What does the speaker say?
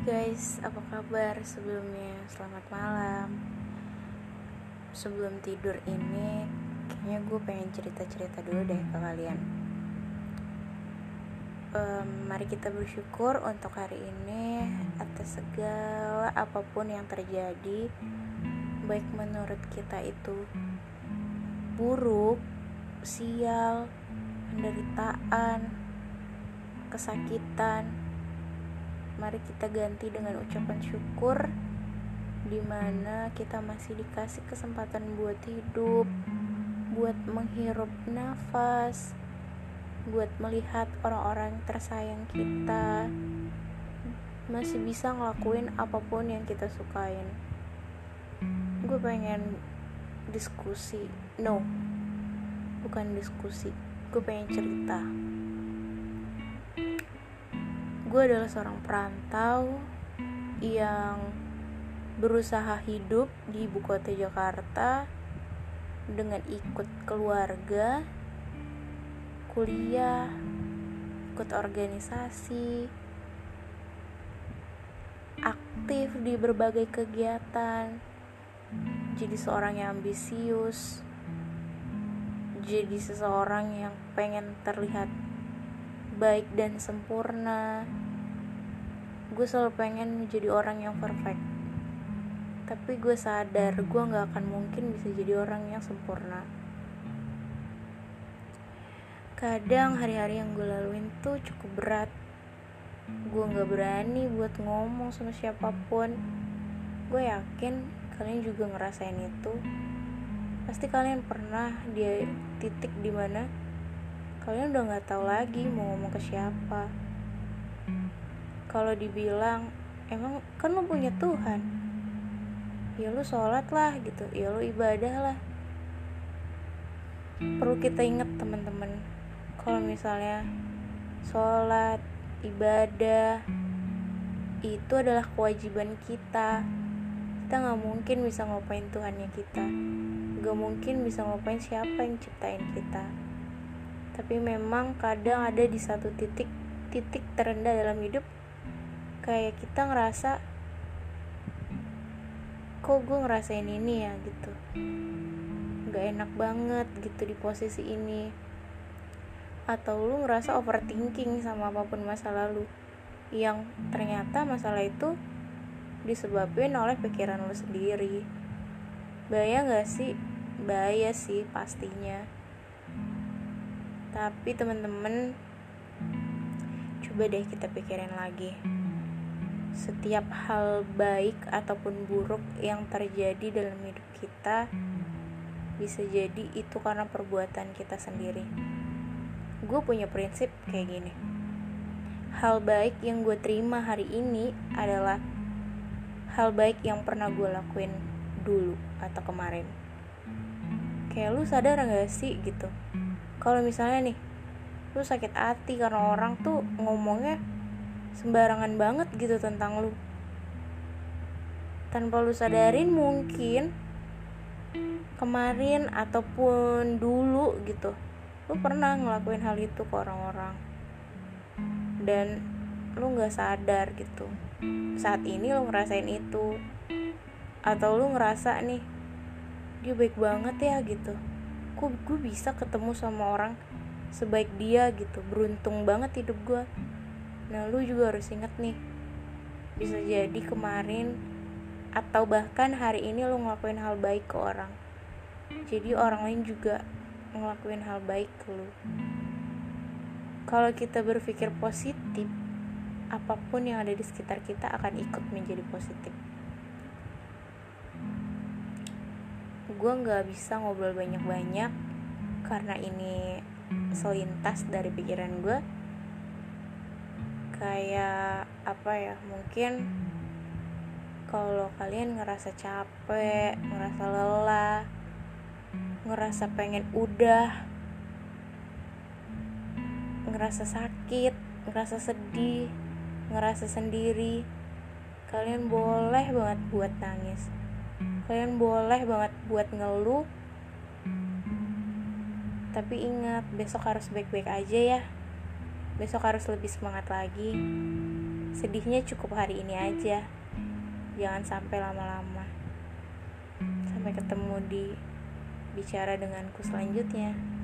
Guys, apa kabar sebelumnya? Selamat malam. Sebelum tidur ini, kayaknya gue pengen cerita-cerita dulu deh ke kalian. Mari kita bersyukur untuk hari ini atas segala apapun yang terjadi, baik menurut kita itu buruk, sial, penderitaan, kesakitan. Mari kita ganti dengan ucapan syukur, dimana kita masih dikasih kesempatan buat hidup, buat menghirup nafas, buat melihat orang-orang tersayang kita, masih bisa ngelakuin apapun yang kita sukain. Gue pengen diskusi, bukan diskusi, gue pengen cerita. Gue adalah seorang perantau yang berusaha hidup di ibu kota Jakarta dengan ikut keluarga, kuliah, ikut organisasi, aktif di berbagai kegiatan, jadi seorang yang ambisius, jadi seseorang yang pengen terlihat baik dan sempurna. Gue selalu pengen menjadi orang yang perfect, tapi gue sadar gue gak akan mungkin bisa jadi orang yang sempurna. Kadang hari-hari yang gue laluin tuh cukup berat. Gue gak berani buat ngomong sama siapapun. Gue yakin kalian juga ngerasain itu. Pasti kalian pernah di titik dimana kalian udah gak tahu lagi mau ngomong ke siapa. Kalau dibilang, emang kan lu punya Tuhan, ya lu sholat lah gitu, ya lu ibadah lah. Perlu kita ingat teman-teman, kalau misalnya sholat, ibadah itu adalah kewajiban kita. Kita gak mungkin bisa ngelupain Tuhannya kita, gak mungkin bisa ngelupain siapa yang ciptain kita. Tapi memang kadang ada di satu titik terendah dalam hidup, kayak kita ngerasa, kok gue ngerasain ini ya gitu, gak enak banget gitu di posisi ini. Atau lu ngerasa overthinking sama apapun masa lalu, yang ternyata masalah itu disebabkan oleh pikiran lu sendiri. Bahaya gak sih? Bahaya sih pastinya. Tapi teman-teman, coba deh kita pikirin lagi. Setiap hal baik ataupun buruk yang terjadi dalam hidup kita, bisa jadi itu karena perbuatan kita sendiri. Gue punya prinsip kayak gini. Hal baik yang gue terima hari ini adalah hal baik yang pernah gue lakuin dulu atau kemarin. Kayak lu sadar gak sih gitu, kalau misalnya nih lu sakit hati karena orang tuh ngomongnya sembarangan banget gitu tentang lu, tanpa lu sadarin mungkin kemarin ataupun dulu gitu lu pernah ngelakuin hal itu ke orang-orang dan lu gak sadar gitu. Saat ini lu ngerasain itu, atau lu ngerasa nih, dia baik banget ya gitu, kok gue bisa ketemu sama orang sebaik dia gitu, beruntung banget hidup gue. Nah lu juga harus inget nih, bisa jadi kemarin atau bahkan hari ini lu ngelakuin hal baik ke orang, jadi orang lain juga ngelakuin hal baik ke lu. Kalau kita berpikir positif, apapun yang ada di sekitar kita akan ikut menjadi positif. Gue gak bisa ngobrol banyak-banyak karena ini selintas dari pikiran gue. Kayak apa ya, mungkin kalau kalian ngerasa capek, ngerasa lelah, ngerasa pengen udah, ngerasa sakit, ngerasa sedih, ngerasa sendiri, kalian boleh banget buat nangis, kalian boleh banget buat ngeluh. Tapi ingat, besok harus baik-baik aja ya. Besok harus lebih semangat lagi. sedihnya cukup hari ini aja, jangan sampai lama-lama. Sampai ketemu di bicara denganku selanjutnya.